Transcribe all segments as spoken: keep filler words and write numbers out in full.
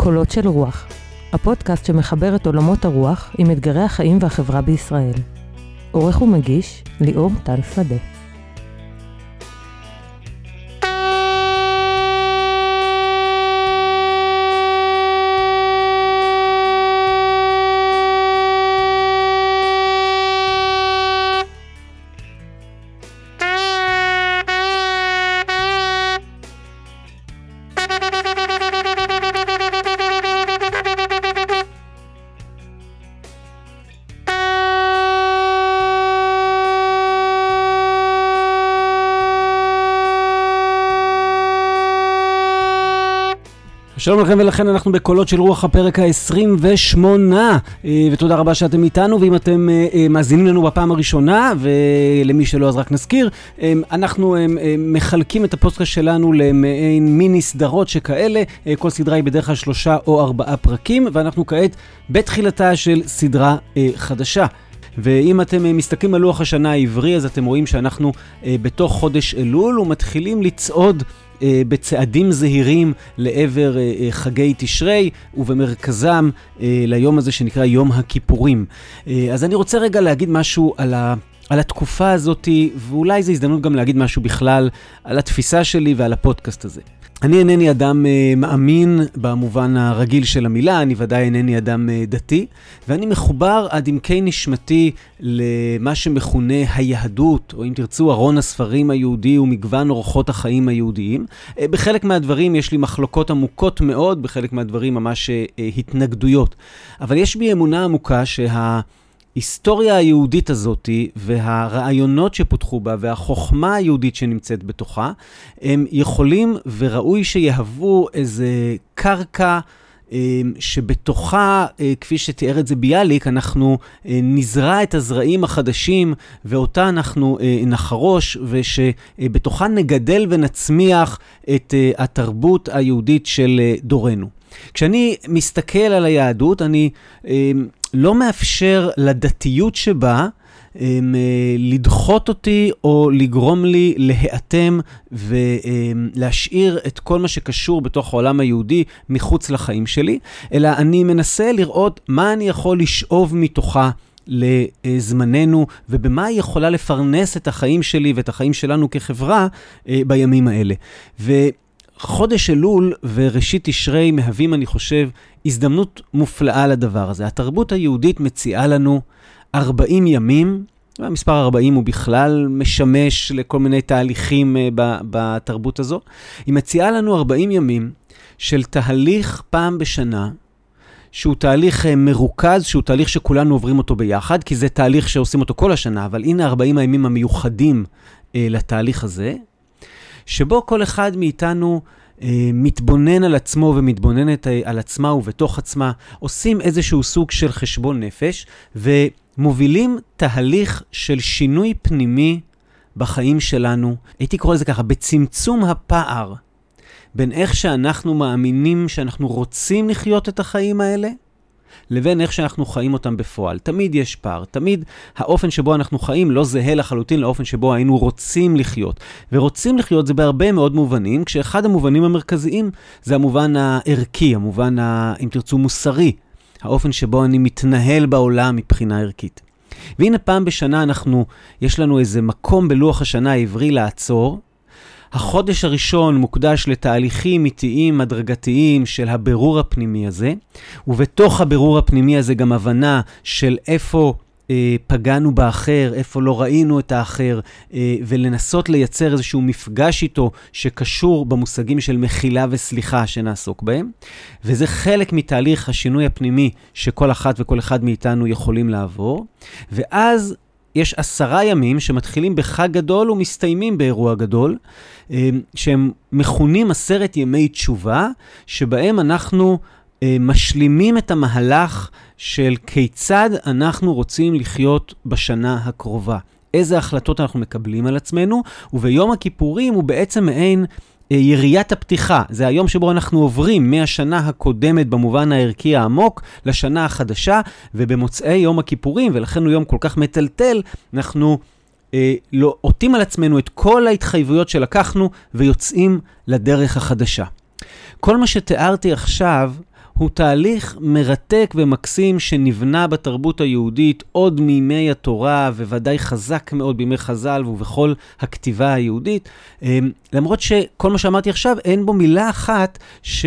קולות של רוח, הפודקאסט שמחבר את עולמות הרוח עם אתגרי החיים והחברה בישראל. עורך ומגיש, ליאור טל שדה. שלום לכם, ולכן אנחנו בקולות של רוח, הפרק ה-עשרים ושמונה, ותודה רבה שאתם איתנו. ואם אתם מאזינים לנו בפעם הראשונה, ולמי שלא אז רק נזכיר, אנחנו מחלקים את הפודקאסט שלנו למעין מיני סדרות שכאלה. כל סדרה היא בדרך כלל שלושה או ארבעה פרקים, ואנחנו כעת בתחילתה של סדרה חדשה. ואם אתם מסתכלים על לוח השנה העברי, אז אתם רואים שאנחנו בתוך חודש אלול ומתחילים לצעוד בצעדים זהירים לעבר חגי תשרי, ובמרכזם ליום הזה שנקרא יום הכיפורים. אז אני רוצה רגע להגיד משהו על ה... על התקופה הזאת, ואולי זו הזדמנות גם להגיד משהו בכלל על התפיסה שלי ועל הפודקאסט הזה. אני אינני אדם uh, מאמין במובן הרגיל של המילה, אני ודאי אינני אדם uh, דתי, ואני מחובר עד עמקי נשמתי למה שמכונה היהדות, או אם תרצו ארון הספרים היהודי ומגוון אורחות החיים היהודיים. Uh, בחלק מהדברים יש לי מחלוקות עמוקות מאוד, בחלק מהדברים ממש uh, התנגדויות. אבל יש בי אמונה עמוקה שה... ההיסטוריה היהודית הזאת והרעיונות שפותחו בה והחוכמה היהודית שנמצאת בתוכה, הם יכולים וראוי שיהוו איזה קרקע שבתוכה, כפי שתיאר את זה ביאליק, אנחנו נזרע את הזרעים החדשים ואותה אנחנו נחרוש, ושבתוכה נגדל ונצמיח את התרבות היהודית של דורנו. כשאני מסתכל על היהדות, אני לא מאפשר לדתיות שבה לדחות אותי או לגרום לי להיאטם ולהשאיר את כל מה שקשור בתוך העולם היהודי מחוץ לחיים שלי, אלא אני מנסה לראות מה אני יכול לשאוב מתוכה לזמננו, ובמה היא יכולה לפרנס את החיים שלי ואת החיים שלנו כחברה בימים האלה. וחודש אלול וראשית תשרי מהווים, אני חושב, הזדמנות מופלאה לדבר הזה. התרבות היהודית מציעה לנו ארבעים ימים, המספר ארבעים הוא בכלל משמש לכל מיני תהליכים בתרבות הזו. היא מציעה לנו ארבעים ימים של תהליך פעם בשנה, שהוא תהליך מרוכז, שהוא תהליך שכולנו עוברים אותו ביחד, כי זה תהליך שעושים אותו כל השנה, אבל הנה ארבעים הימים המיוחדים לתהליך הזה, שבו כל אחד מאיתנו מתבונן על עצמו ומתבוננת על עצמה ובתוך עצמה, עושים איזשהו סוג של חשבון נפש, ומובילים תהליך של שינוי פנימי בחיים שלנו. הייתי קורא לזה ככה, בצמצום הפער בין איך שאנחנו מאמינים שאנחנו רוצים לחיות את החיים האלה, לבין איך שאנחנו חיים אותם בפועל. תמיד יש פער, תמיד האופן שבו אנחנו חיים לא זהה לחלוטין לאופן שבו היינו רוצים לחיות. ורוצים לחיות זה בהרבה מאוד מובנים, כשאחד המובנים המרכזיים זה המובן הערכי, המובן, ה, אם תרצו, מוסרי, האופן שבו אני מתנהל בעולם מבחינה ערכית. והנה פעם בשנה אנחנו, יש לנו איזה מקום בלוח השנה העברי לעצור. החודש הראשון מוקדש לתהליכים איטיים, הדרגתיים של הבירור הפנימי הזה, ובתוך הבירור הפנימי הזה גם הבנה של איפה אה, פגענו באחר, איפה לא ראינו את האחר, אה, ולנסות לייצר איזשהו מפגש איתו שקשור במושגים של מחילה וסליחה שנעסוק בהם. וזה חלק מתהליך השינוי הפנימי שכל אחת וכל אחד מאיתנו יכולים לעבור. ואז יש עשרה ימים שמתחילים בחג גדול ומסתיימים באירוע גדול, שהם מכונים עשרת ימי תשובה, שבהם אנחנו משלימים את המהלך של כיצד אנחנו רוצים לחיות בשנה הקרובה. איזה החלטות אנחנו מקבלים על עצמנו, וביום הכיפורים הוא בעצם מעין יריית הפתיחה. זה היום שבו אנחנו עוברים מהשנה הקודמת במובן הערכי העמוק לשנה החדשה, ובמוצאי יום הכיפורים, ולכן הוא יום כל כך מטלטל, אנחנו אה, לא עוטים על עצמנו את כל ההתחייבויות שלקחנו ויוצאים לדרך החדשה. כל מה שתיארתי עכשיו הוא תהליך מרתק ומקסים שנבנה בתרבות היהודית עוד מימי התורה, וודאי חזק מאוד בימי חז"ל ובכל הכתיבה היהודית. למרות שכל מה שאמרתי עכשיו, אין בו מילה אחת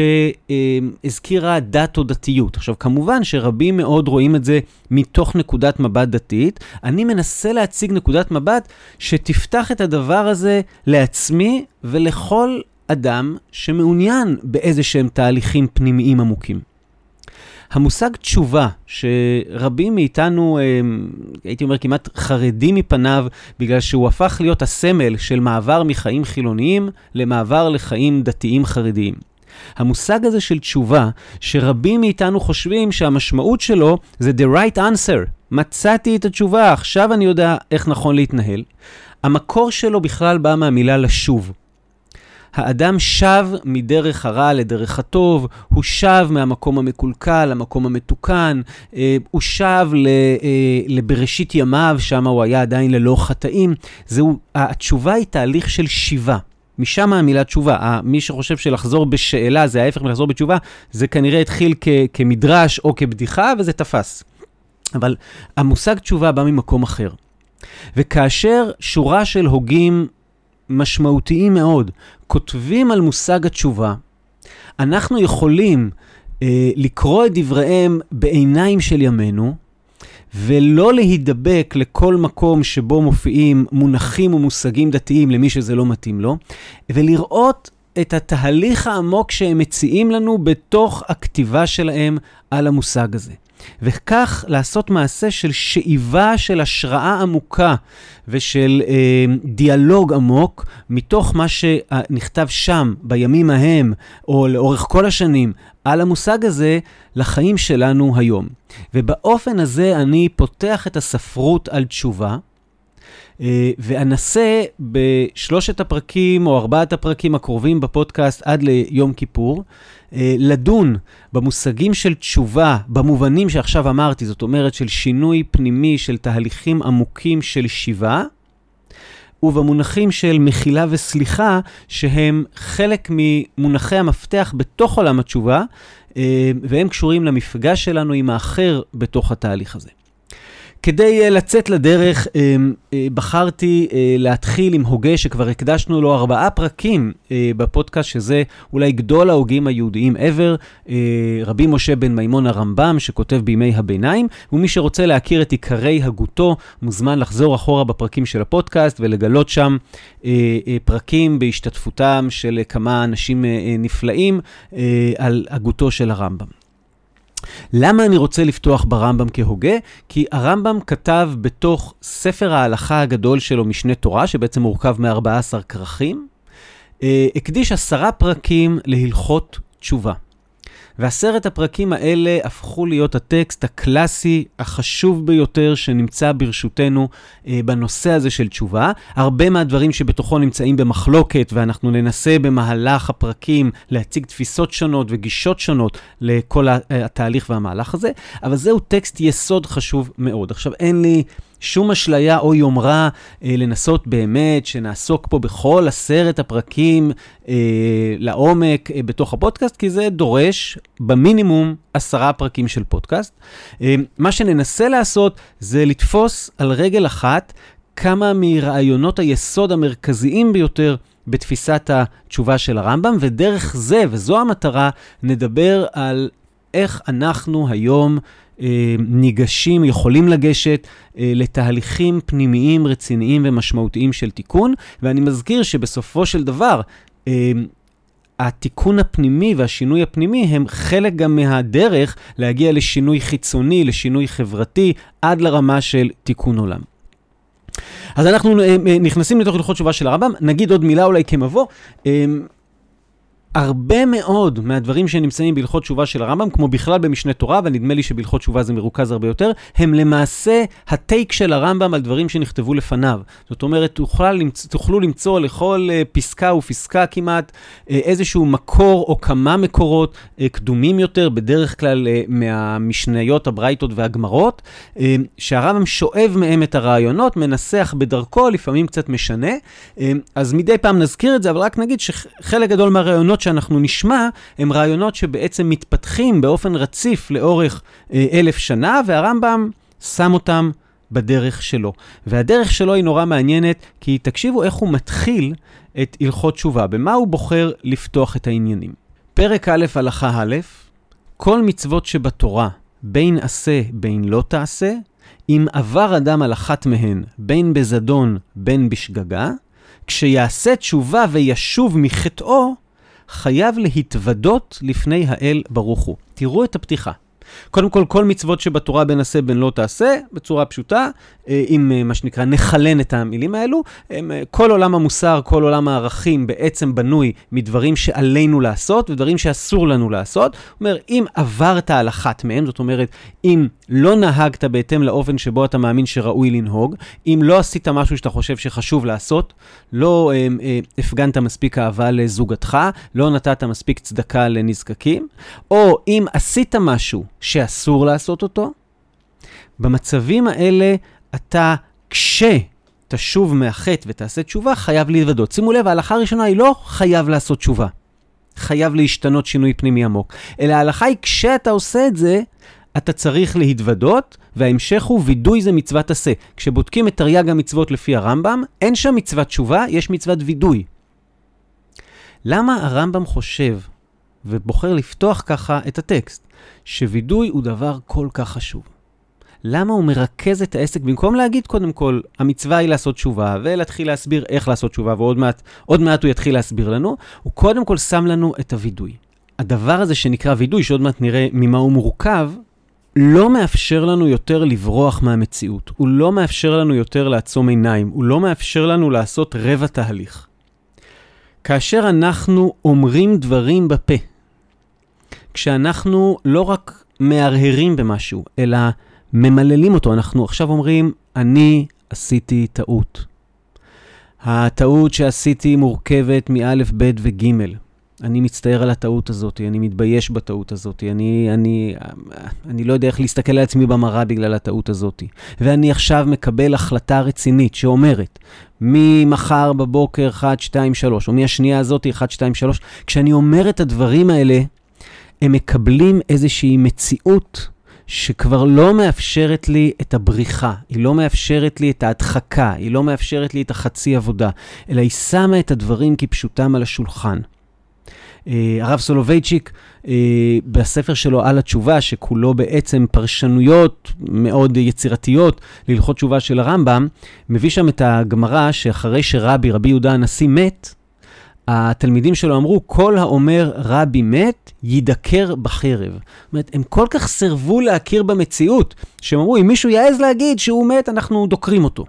שהזכירה דת או דתיות. עכשיו, כמובן שרבים מאוד רואים את זה מתוך נקודת מבט דתית. אני מנסה להציג נקודת מבט שתפתח את הדבר הזה לעצמי ולכל אדם שמעוניין באיזה שהם תהליכים פנימיים עמוקים. המושג תשובה, שרבים מאיתנו, הייתי אומר כמעט חרדים מפניו, בגלל שהוא הפך להיות הסמל של מעבר מחיים חילוניים למעבר לחיים דתיים חרדיים. המושג הזה של תשובה, שרבים מאיתנו חושבים שהמשמעות שלו זה the right answer. מצאתי את התשובה, עכשיו אני יודע איך נכון להתנהל. המקור שלו בכלל בא מהמילה לשוב. האדם שב מדרך הרע לדרך הטוב, הוא שב מהמקום המקולקל למקום המתוקן, הוא שב לבראשית ימיו, שם הוא היה עדיין ללא חטאים. זהו, התשובה היא תהליך של שיבה. משם המילה תשובה. מי שחושב שלחזור בשאלה זה ההפך מלחזור בתשובה, זה כנראה התחיל כ- כמדרש או כבדיחה וזה תפס. אבל המושג תשובה בא ממקום אחר. וכאשר שורה של הוגים משמעותיים מאוד כותבים על מושג התשובה, אנחנו יכולים אה, לקרוא את דבריהם בעיניים של ימינו, ולא להידבק לכל מקום שבו מופיעים מונחים ומושגים דתיים למי שזה לא מתאים לו, ולראות את התהליך העמוק שהם מציעים לנו בתוך הכתיבה שלהם על המושג הזה. וכך לעשות מעשה של שאיבה של השראה עמוקה ושל אה, דיאלוג עמוק מתוך מה שנכתב שם בימים ההם או לאורך כל השנים על המושג הזה לחיים שלנו היום. ובאופן הזה אני פותח את הספרות על תשובה, ואנסה בשלושת הפרקים או ארבעת הפרקים הקרובים בפודקאסט עד ליום כיפור, לדון במושגים של תשובה, במובנים שעכשיו אמרתי, זאת אומרת של שינוי פנימי, של תהליכים עמוקים של שיבה, ובמונחים של מחילה וסליחה, שהם חלק ממונחי המפתח בתוך עולם התשובה, והם קשורים למפגש שלנו עם האחר בתוך התהליך הזה. כדי לצאת לדרך, בחרתי להתחיל עם הוגה שכבר הקדשנו לו ארבעה פרקים בפודקאסט, שזה אולי גדול ההוגים היהודיים ever, רבי משה בן מימון הרמב"ם, שכותב בימי הביניים, ומי שרוצה להכיר את עיקרי הגותו, מוזמן לחזור אחורה בפרקים של הפודקאסט, ולגלות שם פרקים בהשתתפותם של כמה אנשים נפלאים על הגותו של הרמב"ם. למה אני רוצה לפתוח ברמב"ם כהוגה? כי הרמב"ם כתב בתוך ספר ההלכה הגדול שלו משנה תורה, שבעצם מורכב מ-ארבעה עשר כרכים, הקדיש עשרה פרקים להלכות תשובה. ועשרת הפרקים האלה הפכו להיות הטקסט הקלאסי החשוב ביותר שנמצא ברשותנו אה, בנושא הזה של תשובה. הרבה מהדברים שבתוכו נמצאים במחלוקת, ואנחנו ננסה במהלך הפרקים להציג תפיסות שונות וגישות שונות לכל התהליך והמהלך הזה, אבל זהו טקסט יסוד חשוב מאוד. עכשיו אין לי שום אשליה או יומרה אה, לנסות באמת שנעסוק פה בכל עשרת הפרקים אה, לעומק אה, בתוך הפודקאסט, כי זה דורש במינימום עשרה פרקים של פודקאסט. אה, מה שננסה לעשות זה לתפוס על רגל אחת כמה מרעיונות היסוד המרכזיים ביותר בתפיסת התשובה של הרמב"ם, ודרך זה, וזו המטרה, נדבר על איך אנחנו היום ניגשים, יכולים לגשת לתהליכים פנימיים, רציניים ומשמעותיים של תיקון. ואני מזכיר שבסופו של דבר, התיקון הפנימי והשינוי הפנימי הם חלק גם מהדרך להגיע לשינוי חיצוני, לשינוי חברתי, עד לרמה של תיקון עולם. אז אנחנו נכנסים לתוך הלכות תשובה של הרמב"ם. נגיד עוד מילה אולי כמבוא. הרבה מאוד מהדברים שנמצאים בהלכות תשובה של הרמב"ם, כמו בכלל במשנה תורה, ונדמה לי שבהלכות תשובה זה מרוכז הרבה יותר, הם למעשה הטייק של הרמב"ם על דברים שנכתבו לפניו. זאת אומרת, תוכל, תוכלו למצוא לכל פסקה ופסקה כמעט איזשהו מקור או כמה מקורות קדומים יותר, בדרך כלל מהמשניות, הברייתות והגמרות, שהרמב"ם שואב מהם את הרעיונות, מנסח בדרכו, לפעמים קצת משנה. אז מדי פעם נזכיר את זה, אבל רק נגיד שחלק גדול מהרעיונות שאנחנו נשמע, הם רעיונות שבעצם מתפתחים באופן רציף לאורך אה, אלף שנה, והרמב"ם שם אותם בדרך שלו. והדרך שלו היא נורא מעניינת, כי תקשיבו איך הוא מתחיל את הלכות תשובה, במה הוא בוחר לפתוח את העניינים. פרק א' הלכה א', כל מצוות שבתורה, בין עשה בין לא תעשה, אם עבר אדם על אחת מהן, בין בזדון בין בשגגה, כשיעשה תשובה וישוב מחטאו, חייב להתוודות לפני האל ברוך הוא. תראו את הפתיחה. קודם כל, כל מצוות שבתורה בין עשה בין לא תעשה, בצורה פשוטה, עם מה שנקרא נחלן את המילים האלו, כל עולם המוסר, כל עולם הערכים בעצם בנוי מדברים שעלינו לעשות, ודברים שאסור לנו לעשות. זאת אומרת, אם עברת על אחת מהם, זאת אומרת, אם לא נהגת בהתאם לאופן שבו אתה מאמין שראוי לנהוג, אם לא עשית משהו שאתה חושב שחשוב לעשות, לא אה, אה, הפגנת מספיק אהבה לזוגתך, לא נתת מספיק צדקה לנזקקים, או אם עשית משהו שאסור לעשות אותו, במצבים האלה אתה כשתשוב מהחטא ותעשה תשובה, חייב להתוודות. שימו לב, ההלכה הראשונה היא לא חייב לעשות תשובה, חייב להשתנות שינוי פנימי עמוק, אלא ההלכה היא כשאתה עושה את זה, אתה צריך להתוודות, וההמשך הוא וידוי זה מצוות עשה. כשבודקים את תרי"ג המצוות לפי הרמב"ם, אין שם מצוות תשובה, יש מצוות וידוי. למה הרמב"ם חושב ובוחר לפתוח ככה את הטקסט? שווידוי הוא דבר כל כך חשוב. למה הוא מרכז את העסק? במקום להגיד קודם כל, המצווה היא לעשות תשובה, ולהתחיל להסביר איך לעשות תשובה, ועוד מעט, עוד מעט הוא יתחיל להסביר לנו, הוא קודם כל שם לנו את הווידוי. הדבר הזה שנקרא וידוי, שעוד מעט נראה ממה הוא מורכב, לא מאפשר לנו יותר לברוח מהמציאות. הוא לא מאפשר לנו יותר לעצום עיניים. הוא לא מאפשר לנו לעשות רבע תהליך. כאשר אנחנו אומרים דברים בפה, כשאנחנו לא רק מהרהרים במשהו, אלא ממללים אותו, אנחנו עכשיו אומרים, אני עשיתי טעות. הטעות שעשיתי מורכבת מאלף, ב' וג'. אני מצטער על הטעות הזאת, אני מתבייש בטעות הזאת, אני, אני, אני לא יודע איך להסתכל על עצמי במראה בגלל הטעות הזאת. ואני עכשיו מקבל החלטה רצינית שאומרת, ממחר בבוקר אחת, שתיים, שלוש, או מהשנייה הזאת אחת, שתיים, שלוש, כשאני אומר את הדברים האלה, הם מקבלים איזושהי מציאות שכבר לא מאפשרת לי את הבריחה, היא לא מאפשרת לי את ההדחקה, היא לא מאפשרת לי את החצי עבודה, אלא היא שמה את הדברים כפשוטם על השולחן. הרב סולובייצ'יק, בספר שלו על התשובה, שכולו בעצם פרשנויות מאוד יצירתיות להלכות תשובה של הרמב"ם, מביא שם את הגמרא שאחרי שרבי, רבי יהודה הנשיא מת, התלמידים שלו אמרו, כל האומר רבי מת, ידקר בחרב. זאת אומרת, הם כל כך סרבו להכיר במציאות, שהם אמרו, אם מישהו יעז להגיד שהוא מת, אנחנו דוקרים אותו.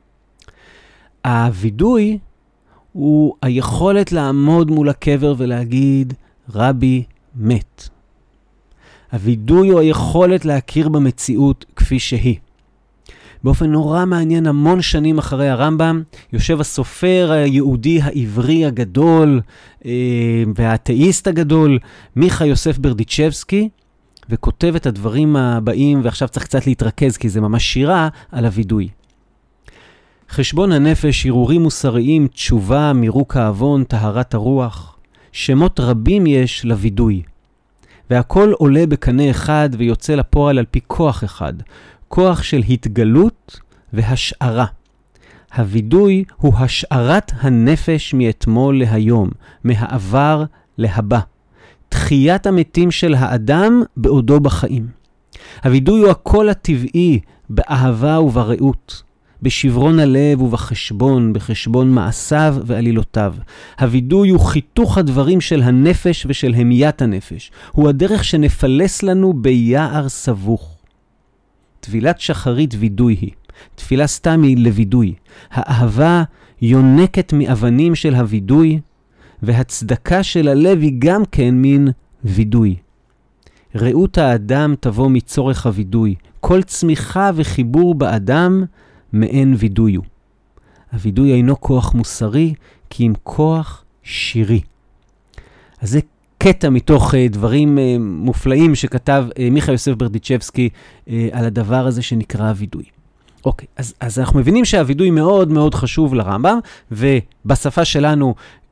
הווידוי הוא היכולת לעמוד מול הקבר ולהגיד, רבי מת. הווידוי הוא היכולת להכיר במציאות כפי שהיא. באופן נורא מעניין, המון שנים אחרי הרמב"ם, יושב הסופר היהודי העברי הגדול אה, והאתאיסט הגדול, מיכה יוסף ברדיצ'בסקי, וכותב את הדברים הבאים, ועכשיו צריך קצת להתרכז, כי זה ממש שירה על הווידוי. חשבון הנפש, ערעורים מוסריים, תשובה, מירוק האבון, טהרת הרוח. שמות רבים יש לווידוי. והכל עולה בקנה אחד ויוצא לפועל על פי כוח אחד. כוח של התגלות והשערה. הווידוי הוא השערת הנפש מאתמול להיום, מהעבר להבא. תחיית המתים של האדם בעודו בחיים. הווידוי הוא הקול הטבעי באהבה וברעות. בשברון הלב ובחשבון, בחשבון מעשיו ועלילותיו. הווידוי הוא חיתוך הדברים של הנפש ושל המיית הנפש. הוא הדרך שנפלס לנו ביער סבוך. תפילת שחרית וידוי היא. תפילה סתם היא לוידוי. האהבה יונקת מאבנים של הוידוי, והצדקה של הלב היא גם כן מין וידוי. ראות האדם תבוא מצורך הוידוי. כל צמיחה וחיבור באדם מעין וידוי. הוידוי אינו כוח מוסרי, כי אם כוח שירי. אז זה קטע מתוך uh, דברים uh, מופלאים שכתב uh, מיכה יוסף ברדיצ'בסקי uh, על הדבר הזה שנקרא הוידוי. אוקיי, אז, אז אנחנו מבינים שהוידוי מאוד מאוד חשוב לרמב"ם, ובשפה שלנו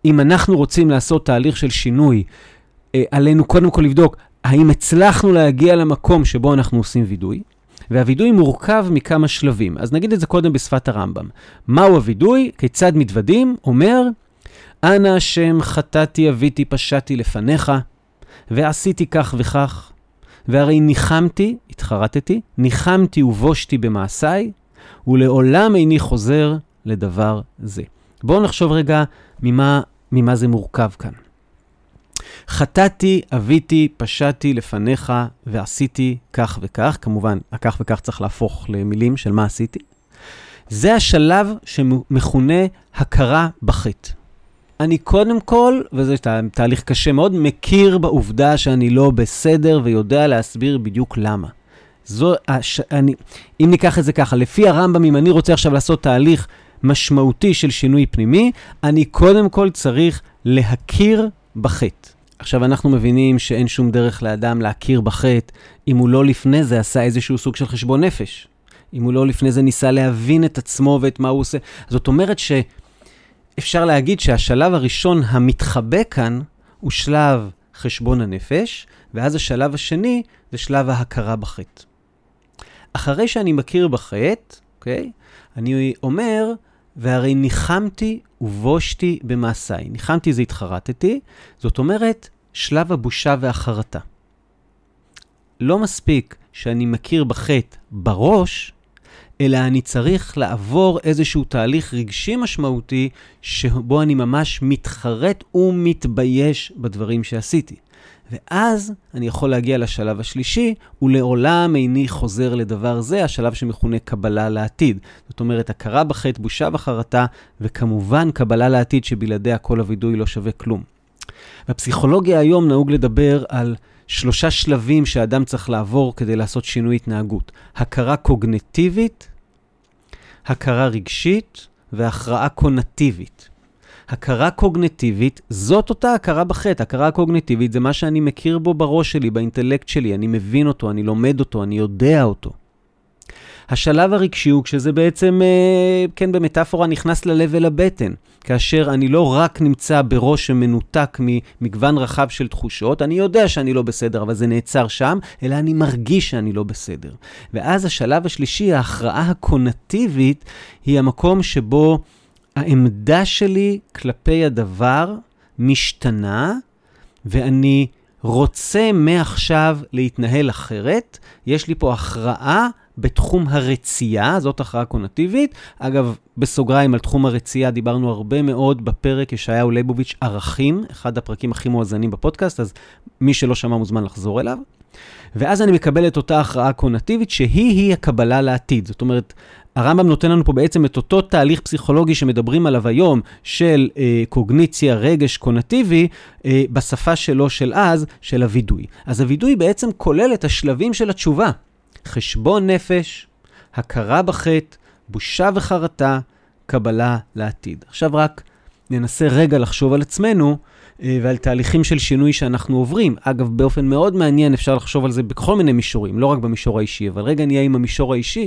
אם אנחנו רוצים לעשות תהליך של שינוי, עלינו קודם כל לבדוק, האם הצלחנו להגיע למקום שבו אנחנו עושים וידוי, והווידוי מורכב מכמה שלבים. אז נגיד את זה קודם בשפת הרמב"ם. מהו הווידוי? כיצד מתוודים? אומר, אנא השם חטאתי אביתי פשעתי לפניך, ועשיתי כך וכך, והרי ניחמתי, התחרטתי, ניחמתי ובושתי במעשיי, ולעולם איני חוזר לדבר זה. בואו נחשוב רגע ממה, ממה זה מורכב כאן. חטאתי, אביתי, פשעתי לפניך, ועשיתי כך וכך. כמובן, הכך וכך צריך להפוך למילים של מה עשיתי. זה השלב שמכונה הכרה בחטא. אני קודם כל, וזה תהליך קשה מאוד, מכיר בעובדה שאני לא בסדר ויודע להסביר בדיוק למה. זו, הש, אני, אם ניקח את זה ככה, לפי הרמב"ם, אם אני רוצה עכשיו לעשות תהליך משמעותי של שינוי פנימי, אני קודם כל צריך להכיר בחטא. עכשיו אנחנו מבינים שאין שום דרך לאדם להכיר בחטא, אם הוא לא לפני זה עשה איזשהו סוג של חשבון נפש. אם הוא לא לפני זה ניסה להבין את עצמו ואת מה הוא עושה. זאת אומרת שאפשר להגיד שהשלב הראשון המתחבא כאן הוא שלב חשבון הנפש, ואז השלב השני זה שלב ההכרה בחטא. אחרי שאני מכיר בחטא, אוקיי? אני אומר, והרי ניחמתי ובושתי במעשיי. ניחמתי זה התחרטתי, זאת אומרת, שלב הבושה והחרטה. לא מספיק שאני מכיר בחטא בראש, אלא אני צריך לעבור איזשהו תהליך רגשי משמעותי, שבו אני ממש מתחרט ומתבייש בדברים שעשיתי. ואז אני יכול להגיע לשלב השלישי, ולעולם איני חוזר לדבר זה, השלב שמכונה קבלה לעתיד. זאת אומרת, הכרה בחטא, בושה וחרטה, וכמובן קבלה לעתיד שבלעדיה כל הווידוי לא שווה כלום. בפסיכולוגיה היום נהוג לדבר על שלושה שלבים שהאדם צריך לעבור כדי לעשות שינוי התנהגות. הכרה קוגניטיבית, הכרה רגשית, והכרעה קונטיבית. הכרה קוגניטיבית, זאת אותה הכרה בחטא. הכרה קוגניטיבית זה מה שאני מכיר בו בראש שלי, באינטלקט שלי. אני מבין אותו, אני לומד אותו, אני יודע אותו. השלב הרגשי הוא כשזה בעצם, כן, במטאפורה נכנס ללב ולבטן. כאשר אני לא רק נמצא בראש שמנותק ממגוון רחב של תחושות, אני יודע שאני לא בסדר, אבל זה נעצר שם, אלא אני מרגיש שאני לא בסדר. ואז השלב השלישי, ההכרעה הקונטיבית, היא המקום שבו העמדה שלי כלפי הדבר משתנה, ואני רוצה מעכשיו להתנהל אחרת. יש לי פה הכרעה בתחום הרצייה, זאת הכרעה קונטיבית. אגב, בסוגריים על תחום הרצייה דיברנו הרבה מאוד בפרק ישעיהו ליבוביץ' ערכים, אחד הפרקים הכי מואזנים בפודקאסט, אז מי שלא שמע מוזמן לחזור אליו. ואז אני מקבל את אותה הכרעה קונטיבית שהיא-היא הקבלה לעתיד. זאת אומרת, הרמב"ם נותן לנו פה בעצם את אותו תהליך פסיכולוגי שמדברים עליו היום של אה, קוגניציה, רגש קונטיבי, אה, בשפה שלו של אז, של הווידוי. אז הווידוי בעצם כולל את השלבים של התשובה. חשבון נפש, הכרה בחטא, בושה וחרטה, קבלה לעתיד. עכשיו רק ננסה רגע לחשוב על עצמנו אה, ועל תהליכים של שינוי שאנחנו עוברים. אגב, באופן מאוד מעניין אפשר לחשוב על זה בכל מיני מישורים, לא רק במישור האישי, אבל רגע נהיה עם המישור האישי.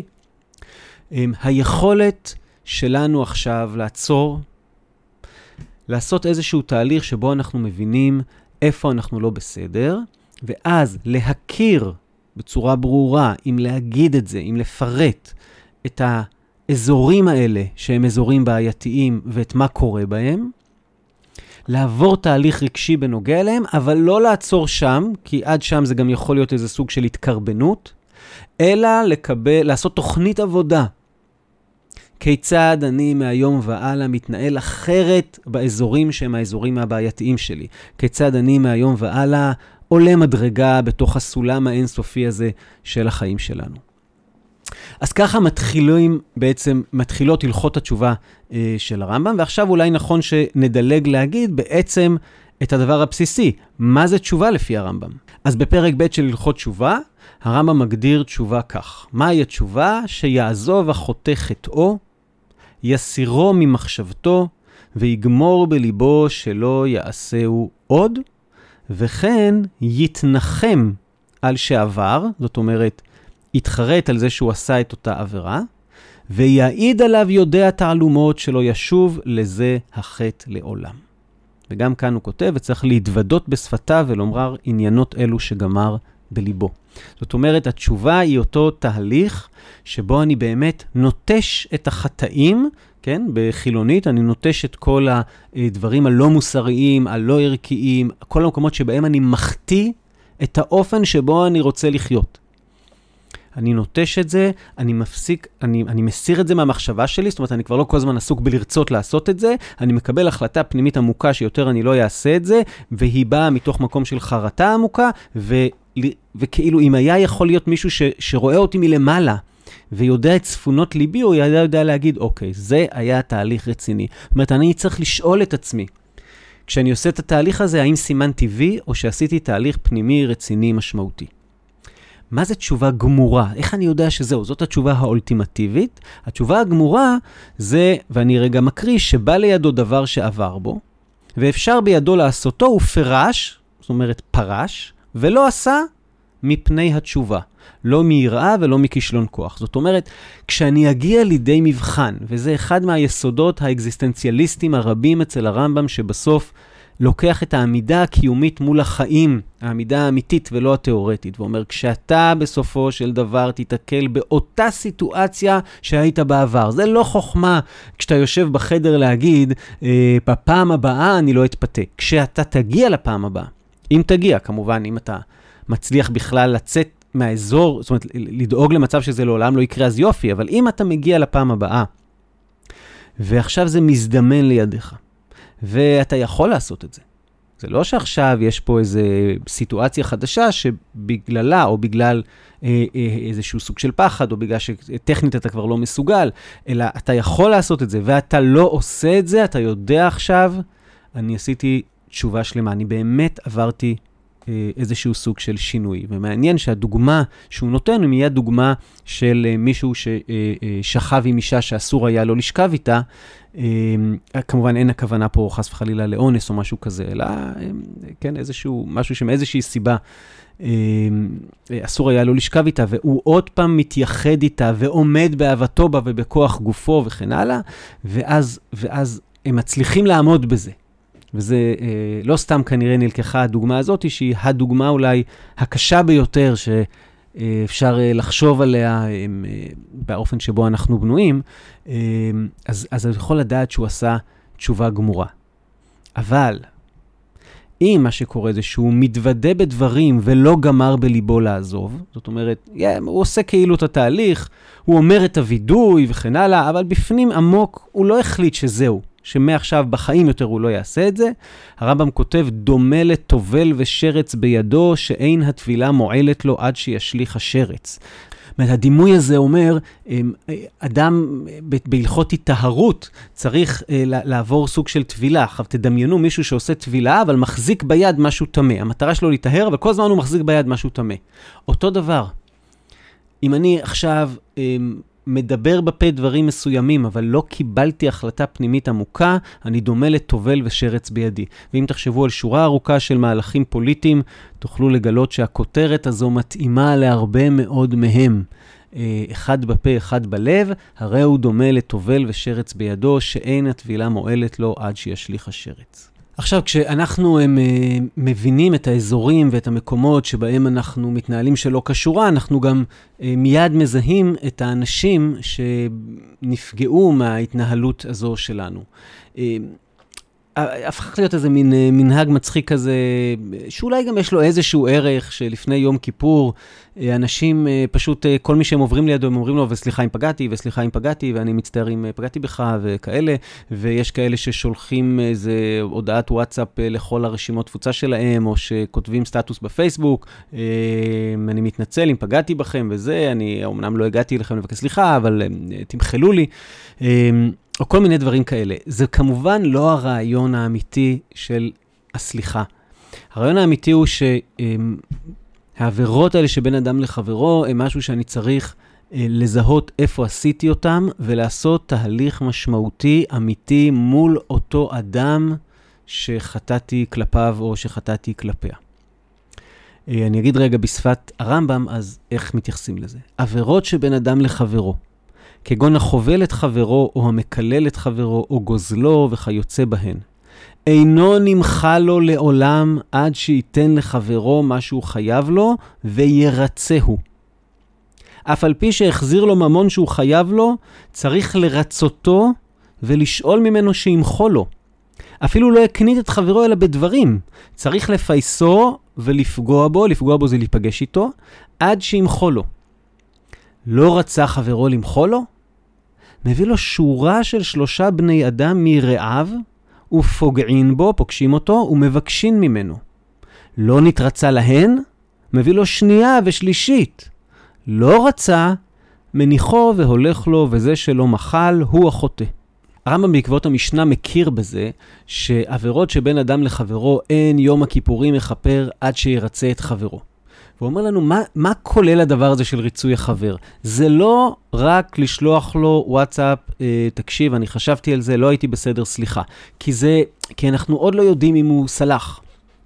היכולת שלנו עכשיו לעצור, לעשות איזשהו תהליך שבו אנחנו מבינים איפה אנחנו לא בסדר, ואז להכיר בצורה ברורה, אם להגיד את זה, אם לפרט את האזורים האלה שהם אזורים בעייתיים ואת מה קורה בהם, לעבור תהליך רגשי בנוגע אליהם, אבל לא לעצור שם, כי עד שם זה גם יכול להיות איזה סוג של התקרבנות, אלא לקבל, לעשות תוכנית עבודה. כיצד אני מהיום והלאה מתנהל אחרת באזורים שהם האזורים הבעייתיים שלי. כיצד אני מהיום והלאה עולה מדרגה בתוך הסולם האינסופי הזה של החיים שלנו. אז ככה מתחילים בעצם, מתחילות הלכות התשובה אה, של הרמב"ם, ועכשיו אולי נכון שנדלג להגיד בעצם את הדבר הבסיסי. מה זה תשובה לפי הרמב"ם? אז בפרק ב' של הלכות תשובה, הרמב"ם מגדיר תשובה כך. מהי התשובה? שיעזוב החוטא חטאו, יסירו ממחשבתו, ויגמור בליבו שלא יעשהו עוד, וכן יתנחם על שעבר, זאת אומרת, יתחרט על זה שהוא עשה את אותה עבירה, ויעיד עליו יודע תעלומות שלא ישוב לזה החטא לעולם. וגם כאן הוא כותב, וצריך להתוודות בשפתיו ולומר עניינות אלו שגמר בליבו. זאת אומרת, התשובה היא אותו תהליך שבו אני באמת נוטש את החטאים, כן? בחילונית אני נוטש את כל הדברים הלא מוסריים, הלא ערכיים, כל המקומות שבהם אני מחטיא את האופן שבו אני רוצה לחיות. אני נוטש את זה, אני מפסיק, אני, אני מסיר את זה מהמחשבה שלי, זאת אומרת, אני כבר לא כל הזמן עסוק בלרצות לעשות את זה, אני מקבל החלטה פנימית עמוקה שיותר אני לא אעשה את זה, והיא באה מתוך מקום של חרטה עמוקה, ו, וכאילו אם היה יכול להיות מישהו ש, שרואה אותי מלמעלה, ויודע את צפונות ליבי, הוא יודע, יודע להגיד, אוקיי, זה היה תהליך רציני. זאת אומרת, אני צריך לשאול את עצמי, כשאני עושה את התהליך הזה, האם סימנתי וי, או שעשיתי תהליך פנימי רציני משמעותי. מה זה תשובה גמורה? איך אני יודע שזהו? זאת התשובה האולטימטיבית. התשובה הגמורה זה, ואני רגע מקריא, שבא לידו דבר שעבר בו, ואפשר בידו לעשותו, הוא פרש, זאת אומרת פרש, ולא עשה מפני התשובה. לא מיראה ולא מכישלון כוח. זאת אומרת, כשאני אגיע לידי מבחן, וזה אחד מהיסודות האקזיסטנציאליסטיים הרבים אצל הרמב"ם, שבסוף לוקח את העמידה הקיומית מול החיים, העמידה האמיתית ולא התיאורטית, ואומר, כשאתה בסופו של דבר תתקל באותה סיטואציה שהיית בעבר. זה לא חוכמה כשאתה יושב בחדר להגיד, אה, בפעם הבאה אני לא אתפתה. כשאתה תגיע לפעם הבאה, אם תגיע, כמובן, אם אתה מצליח בכלל לצאת מהאזור, זאת אומרת, לדאוג למצב שזה לעולם לא יקרה, אז יופי, אבל אם אתה מגיע לפעם הבאה, ועכשיו זה מזדמן לידיך, ואתה יכול לעשות את זה. זה לא שעכשיו יש פה איזו סיטואציה חדשה שבגללה, או בגלל אה, אה, איזשהו סוג של פחד, או בגלל שטכנית אתה כבר לא מסוגל, אלא אתה יכול לעשות את זה, ואתה לא עושה את זה, אתה יודע עכשיו, אני עשיתי תשובה שלמה, אני באמת עברתי אה, איזשהו סוג של שינוי, ומעניין שהדוגמה שהוא נותן, היא מיד דוגמה של אה, מישהו ששכב עם אישה שאסור היה לא לשכב איתה, כמובן אין הכוונה פה חס וחלילה לאונס או משהו כזה, אלא כן, איזשהו, משהו שמאיזושהי סיבה אסור היה לו לשכב איתה, והוא עוד פעם מתייחד איתה ועומד באהבתו בה ובכוח גופו וכן הלאה, ואז, ואז הם מצליחים לעמוד בזה. וזה לא סתם כנראה נלקחה הדוגמה הזאת, שהיא הדוגמה אולי הקשה ביותר ש... אפשר לחשוב עליה באופן שבו אנחנו בנויים, אז, אז אני יכול לדעת שהוא עשה תשובה גמורה. אבל אם מה שקורה זה שהוא מתוודה בדברים ולא גמר בליבו לעזוב, זאת אומרת, yeah, הוא עושה כאילו את התהליך, הוא אומר את הוידוי וכן הלאה, אבל בפנים עמוק הוא לא החליט שזהו, שמעכשיו בחיים יותר הוא לא יעשה את זה. הרמב"ם כותב, דומה לטובל ושרץ בידו, שאין התבילה מועלת לו עד שישליך השרץ. הדימוי הזה אומר, אדם בהלכות התטהרות צריך לעבור סוג של תבילה. עכשיו תדמיינו מישהו שעושה תבילה, אבל מחזיק ביד משהו טמא. המטרה שלו להיטהר, אבל כל הזמן הוא מחזיק ביד משהו טמא. אותו דבר. אם אני עכשיו מדבר בפה דברים מסוימים, אבל לא קיבלתי החלטה פנימית עמוקה, אני דומה לטובל ושרץ בידי. ואם תחשבו על שורה ארוכה של מהלכים פוליטיים, תוכלו לגלות שהכותרת הזו מתאימה להרבה מאוד מהם. אחד בפה, אחד בלב, הרי הוא דומה לטובל ושרץ בידו, שאין התבילה מועלת לו עד שישליך השרץ. עכשיו, כשאנחנו הם, מבינים את האזורים ואת המקומות שבהם אנחנו מתנהלים שלא קשורה, אנחנו גם מיד מזהים את האנשים שנפגעו מההתנהלות הזו שלנו. הפך להיות איזה מין מנהג מצחיק כזה, שאולי גם יש לו איזשהו ערך, שלפני יום כיפור, אנשים פשוט, כל מי שהם עוברים לידו, הם אומרים לו, וסליחה אם פגעתי, וסליחה אם פגעתי, ואני מצטער אם פגעתי בך, וכאלה, ויש כאלה ששולחים איזה הודעת וואטסאפ לכל הרשימות תפוצה שלהם, או שכותבים סטטוס בפייסבוק, אני מתנצל אם פגעתי בכם, וזה, אני אמנם לא הגעתי לכם לבקש סליחה, אבל תמחלו לי, או כל מיני דברים כאלה. זה כמובן לא הרעיון האמיתי של הסליחה. הרעיון האמיתי הוא שהעבירות האלה שבין אדם לחברו, הם משהו שאני צריך לזהות איפה עשיתי אותם, ולעשות תהליך משמעותי, אמיתי, מול אותו אדם שחטאתי כלפיו או שחטאתי כלפיה. אני אגיד רגע בשפת הרמב"ם, אז איך מתייחסים לזה? עבירות שבין אדם לחברו. כגון החובל את חברו, או המקלל את חברו, או גוזלו וכיוצא בהן. אינו נמחה לו לעולם עד שייתן לחברו מה שהוא חייב לו וירצהו. אף על פי שהחזיר לו ממון שהוא חייב לו, צריך לרצותו ולשאול ממנו שימחו לו. אפילו לא יקנית את חברו אלא בדברים. צריך לפייסו ולפגוע בו, לפגוע בו זה להיפגש איתו, עד שימחו לו. לא רצה חברו למחו לו? מביא לו שורה של שלושה בני אדם מרעיו, ופוגעין בו, פוגשים אותו, ומבקשין ממנו. לא נתרצה להן? מביא לו שנייה ושלישית. לא רצה, מניחו והולך לו, וזה שלא מחל הוא החוטא. הרמב"ם בעקבות המשנה מכיר בזה, שעבירות שבין אדם לחברו אין יום הכיפורים מכפר עד שירצה את חברו. והוא אומר לנו, מה, מה כולל הדבר הזה של ריצוי החבר? זה לא רק לשלוח לו וואטסאפ, אה, תקשיב, אני חשבתי על זה, לא הייתי בסדר, סליחה. כי זה, כי אנחנו עוד לא יודעים אם הוא סלח.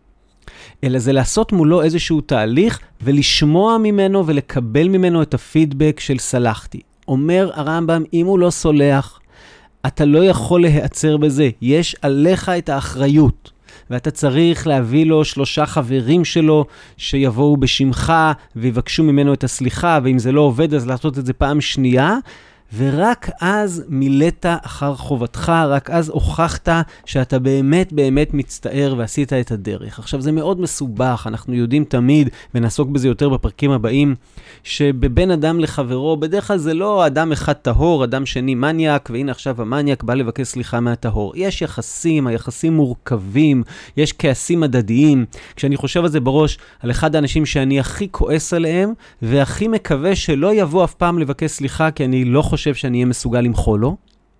אלא זה לעשות מולו איזשהו תהליך, ולשמוע ממנו ולקבל ממנו את הפידבק של סלחתי. אומר הרמב"ם, אם הוא לא סולח, אתה לא יכול להיעצר בזה. יש עליך את האחריות. ואתה צריך להביא לו שלושה חברים שלו שיבואו בשמך ויבקשו ממנו את הסליחה, ואם זה לא עובד אז לעשות את זה פעם שנייה, ורק אז מילאת אחר חובתך, רק אז הוכחת שאתה באמת באמת מצטער ועשית את הדרך. עכשיו זה מאוד מסובך, אנחנו יודעים תמיד, ונעסוק בזה יותר בפרקים הבאים, שבבין אדם לחברו, בדרך כלל זה לא אדם אחד טהור, אדם שני מניאק, והנה עכשיו המניאק בא לבקש סליחה מהטהור. יש יחסים, היחסים מורכבים, יש כעסים הדדיים. כשאני חושב על זה בראש, על אחד האנשים שאני הכי כועס עליהם, והכי מקווה שלא יבוא אף פעם לבקש סליחה, כי אני לא חושב שאני אהיה מסוגל למחול לו.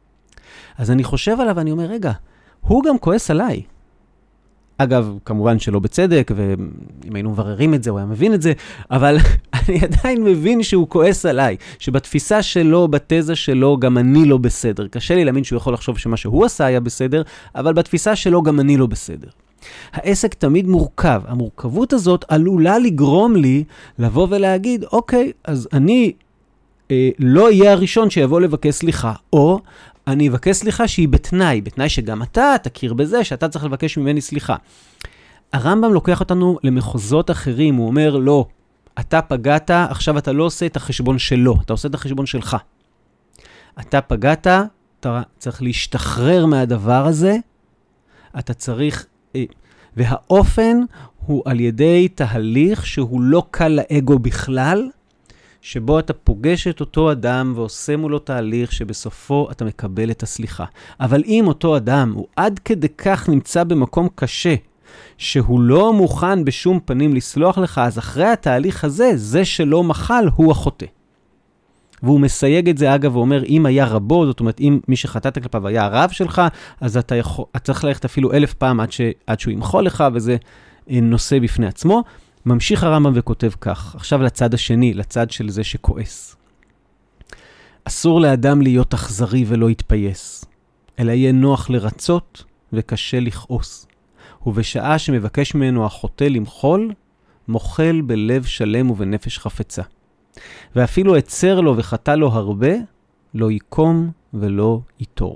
אז אני חושב עליו ואני אומר, רגע, הוא גם כועס עליי. אגב, כמובן שלא בצדק, ואם היינו מבררים את זה, הוא היה מבין את זה, אבל אני עדיין מבין שהוא כועס עליי, שבתפיסה שלו, בתזה שלו, גם אני לא בסדר. קשה לי להאמין שהוא יכול לחשוב שמה שהוא עשה היה בסדר, אבל בתפיסה שלו גם אני לא בסדר. העסק תמיד מורכב. המורכבות הזאת עלולה לגרום לי לבוא ולהגיד, אוקיי, אז אני אה, לא אהיה הראשון שיבוא לבקש סליחה, או אני אבקש סליחה שהיא בתנאי, בתנאי שגם אתה תכיר בזה שאתה צריך לבקש ממני סליחה. הרמב"ם לוקח אותנו למחוזות אחרים, הוא אומר, לא, אתה פגעת, עכשיו אתה לא עושה את החשבון שלו, אתה עושה את החשבון שלך. אתה פגעת, אתה צריך להשתחרר מהדבר הזה, אתה צריך, והאופן הוא על ידי תהליך שהוא לא קל לאגו בכלל, שבו אתה פוגש את אותו אדם ועושה מולו תהליך שבסופו אתה מקבל את הסליחה. אבל אם אותו אדם הוא עד כדי כך נמצא במקום קשה, שהוא לא מוכן בשום פנים לסלוח לך, אז אחרי התהליך הזה, זה שלא מחל הוא החוטא. והוא מסייג את זה אגב ואומר, אם היה רבו, זאת אומרת, אם מי שחטאת כלפיו היה הרב שלך, אז אתה, יכול, אתה צריך ללכת אפילו אלף פעם עד, ש, עד שהוא ימחול לך, וזה נושא בפני עצמו. ממשיך הרמב"ם וכותב כך, עכשיו לצד השני, לצד של זה שכועס. אסור לאדם להיות אכזרי ולא יתפייס, אלא יהיה נוח לרצות וקשה לכעוס. ובשעה שמבקש ממנו החוטא למחול, מוחל בלב שלם ובנפש חפצה. ואפילו עצר לו וחטא לו הרבה, לא יקום ולא יתור.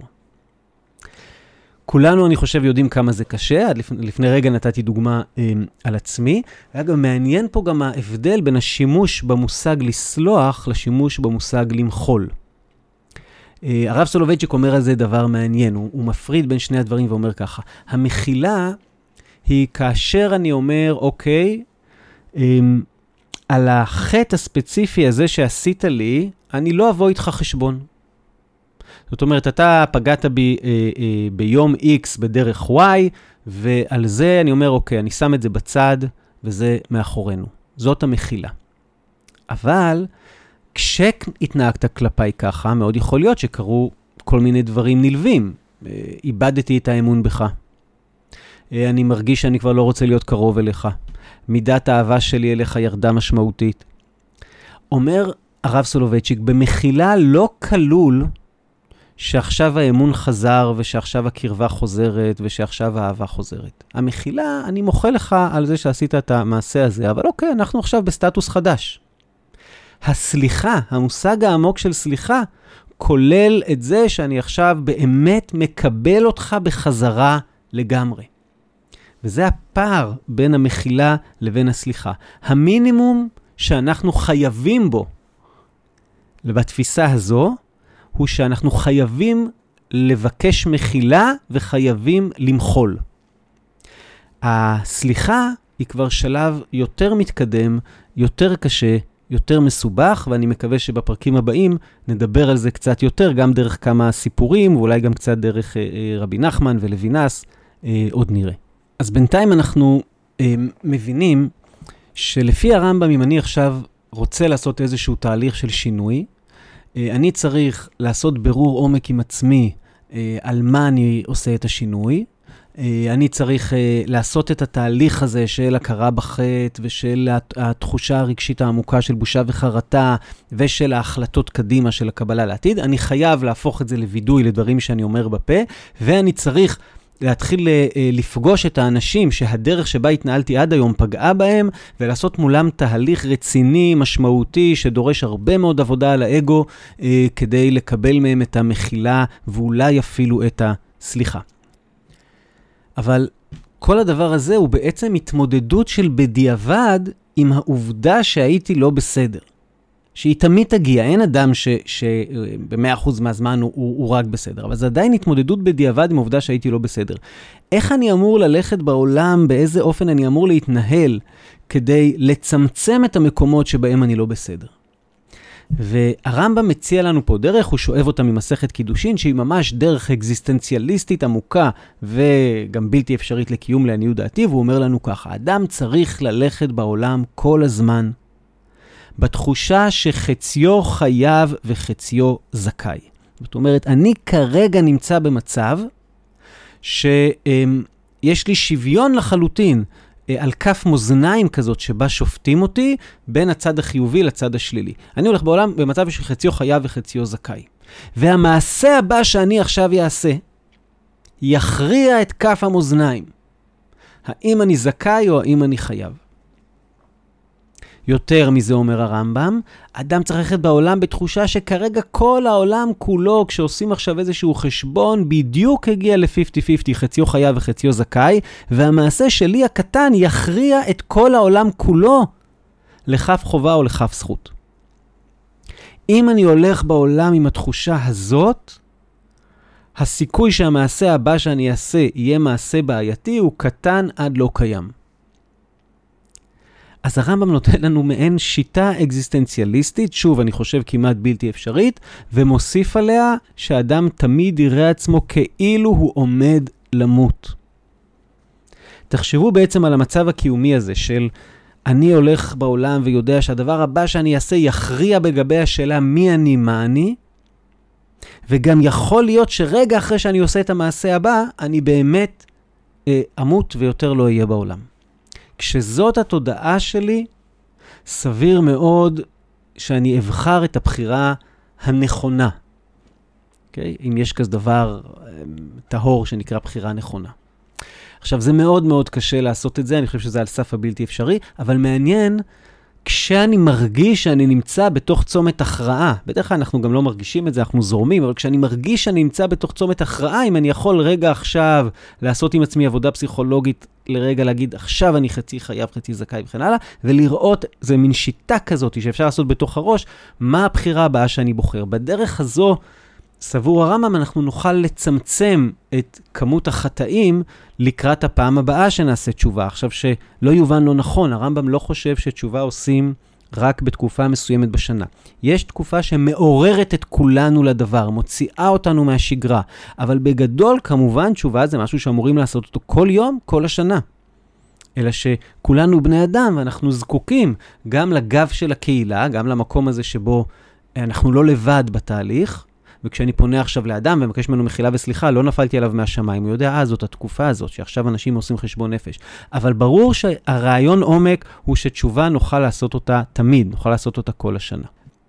כולנו, אני חושב, יודעים כמה זה קשה. עד לפני, לפני רגע נתתי דוגמה אה, על עצמי. ואגב, מעניין פה גם ההבדל בין השימוש במושג לסלוח לשימוש במושג למחול. אה, הרב סולובייצ'יק אומר על זה דבר מעניין. הוא, הוא מפריד בין שני הדברים ואומר ככה. המחילה היא כאשר אני אומר, אוקיי, אה, על החטא הספציפי הזה שעשית לי, אני לא אבוא איתך חשבון. זאת אומרת, אתה פגעת בי אה, אה, ביום X בדרך Y, ועל זה אני אומר, אוקיי, אני שם את זה בצד, וזה מאחורינו. זאת המחילה. אבל, כשהתנהגת כלפיי ככה, מאוד יכול להיות שקרו כל מיני דברים נלווים. אה, איבדתי את האמון בך. אה, אני מרגיש שאני כבר לא רוצה להיות קרוב אליך. מידת האהבה שלי אליך ירדה משמעותית. אומר הרב סולובייצ'יק, במחילה לא כלול, שעכשיו האמון חזר, ושעכשיו הקרבה חוזרת, ושעכשיו האהבה חוזרת. המחילה, אני מוחה לך על זה שעשית את המעשה הזה, אבל אוקיי, אנחנו עכשיו בסטטוס חדש. הסליחה, המושג העמוק של סליחה, כולל את זה שאני עכשיו באמת מקבל אותך בחזרה לגמרי. וזה הפער בין המחילה לבין הסליחה. המינימום שאנחנו חייבים בו, ובתפיסה הזו, הוא שאנחנו חייבים לבקש מחילה וחייבים למחול. הסליחה היא כבר שלב יותר מתקדם, יותר קשה, יותר מסובך, ואני מקווה שבפרקים הבאים נדבר על זה קצת יותר, גם דרך כמה סיפורים, ואולי גם קצת דרך אה, רבי נחמן ולוינס, אה, עוד נראה. אז בינתיים אנחנו אה, מבינים שלפי הרמב"ם, אם אני עכשיו רוצה לעשות איזשהו תהליך של שינוי, אה, אני צריך לעשות ברור עומק עם עצמי אה, על מה אני עושה את השינוי, אני צריך לעשות את התהליך הזה של הכרה בחטא ושל התחושה הרגשית העמוקה של בושה וחרטה ושל ההחלטות קדימה של הקבלה לעתיד. אני חייב להפוך את זה לוידוי לדברים שאני אומר בפה, ואני צריך להתחיל לפגוש את האנשים שהדרך שבה התנהלתי עד היום פגעה בהם, ולעשות מולם תהליך רציני, משמעותי, שדורש הרבה מאוד עבודה על האגו, כדי לקבל מהם את המחילה ואולי אפילו את הסליחה. אבל כל הדבר הזה הוא בעצם התמודדות של בדיעבד עם העובדה שהייתי לא בסדר. שהיא תמיד תגיע, אין אדם שבמאה אחוז מהזמן הוא, הוא, הוא רק בסדר, אבל זה עדיין התמודדות בדיעבד עם העובדה שהייתי לא בסדר. איך אני אמור ללכת בעולם, באיזה אופן אני אמור להתנהל, כדי לצמצם את המקומות שבהם אני לא בסדר. והרמב"ם מציע לנו פה דרך, הוא שואב אותה ממסכת קידושין, שהיא ממש דרך אקזיסטנציאליסטית עמוקה, וגם בלתי אפשרית לקיום לעניות דעתי, והוא אומר לנו ככה, האדם צריך ללכת בעולם כל הזמן, בתחושה שחציו חייב וחציו זכאי. זאת אומרת, אני כרגע נמצא במצב, שיש לי שוויון לחלוטין, על כף מאזניים כזאת שבה שופטים אותי בין הצד החיובי לצד השלילי. אני הולך בעולם במצב שחציו חייב וחציו זכאי. והמעשה הבא שאני עכשיו יעשה, יכריע את כף המאזניים. האם אני זכאי או האם אני חייב. יותר מזה אומר הרמב"ם, אדם צריך ללכת בעולם בתחושה שכרגע כל העולם כולו, כשעושים עכשיו איזשהו חשבון, בדיוק הגיע ל-חמישים חמישים, חציו חייב וחציו זכאי, והמעשה שלי הקטן יכריע את כל העולם כולו לכף חובה או לכף זכות. אם אני הולך בעולם עם התחושה הזאת, הסיכוי שהמעשה הבא שאני אעשה יהיה מעשה בעייתי הוא קטן עד לא קיים. אז הרמב"ם נותן לנו מעין שיטה אקזיסטנציאליסטית, שוב, אני חושב כמעט בלתי אפשרית, ומוסיף עליה שאדם תמיד יראה עצמו כאילו הוא עומד למות. תחשבו בעצם על המצב הקיומי הזה של אני הולך בעולם ויודע שהדבר הבא שאני אעשה יכריע בגבי השאלה מי אני, מה אני, וגם יכול להיות שרגע אחרי שאני עושה את המעשה הבא, אני באמת אה, אמות ויותר לא אהיה בעולם. כשזאת התודעה שלי, סביר מאוד שאני אבחר את הבחירה הנכונה. Okay? אם יש כזה דבר טהור שנקרא בחירה נכונה. עכשיו, זה מאוד מאוד קשה לעשות את זה, אני חושב שזה על סף הבלתי אפשרי, אבל מעניין, כשאני מרגיש שאני נמצא בתוך צומת הכרעה, בדרך כלל אנחנו גם לא מרגישים את זה, אנחנו זורמים, אבל כשאני מרגיש שאני נמצא בתוך צומת הכרעה, אם אני יכול רגע עכשיו לעשות עם עצמי עבודה פסיכולוגית, לרגע להגיד, עכשיו אני חצי חייב, חצי זכאי וכן הלאה, ולראות, זה מין שיטה כזאת שאפשר לעשות בתוך הראש, מה הבחירה הבאה שאני בוחר. בדרך הזו, סבור הרמב"ם, אנחנו נוכל לצמצם את כמות החטאים לקראת הפעם הבאה שנעשה תשובה. עכשיו שלא יובן לא נכון, הרמב"ם לא חושב שתשובה עושים רק בתקופה מסוימת בשנה. יש תקופה שמעוררת את כולנו לדבר, מוציאה אותנו מהשגרה, אבל בגדול כמובן תשובה זה משהו שאמורים לעשות אותו כל יום, כל השנה. אלא שכולנו בני אדם ואנחנו זקוקים גם לגב של הקהילה, גם למקום הזה שבו אנחנו לא לבד בתהליך, וכשאני פונה עכשיו לאדם ומבקש ממנו מחילה וסליחה, לא נפלתי עליו מהשמיים. הוא יודע, אה, זאת התקופה הזאת, שעכשיו אנשים עושים חשבון נפש. אבל ברור שהרעיון עומק הוא שתשובה נוכל לעשות אותה תמיד, נוכל לעשות אותה כל השנה.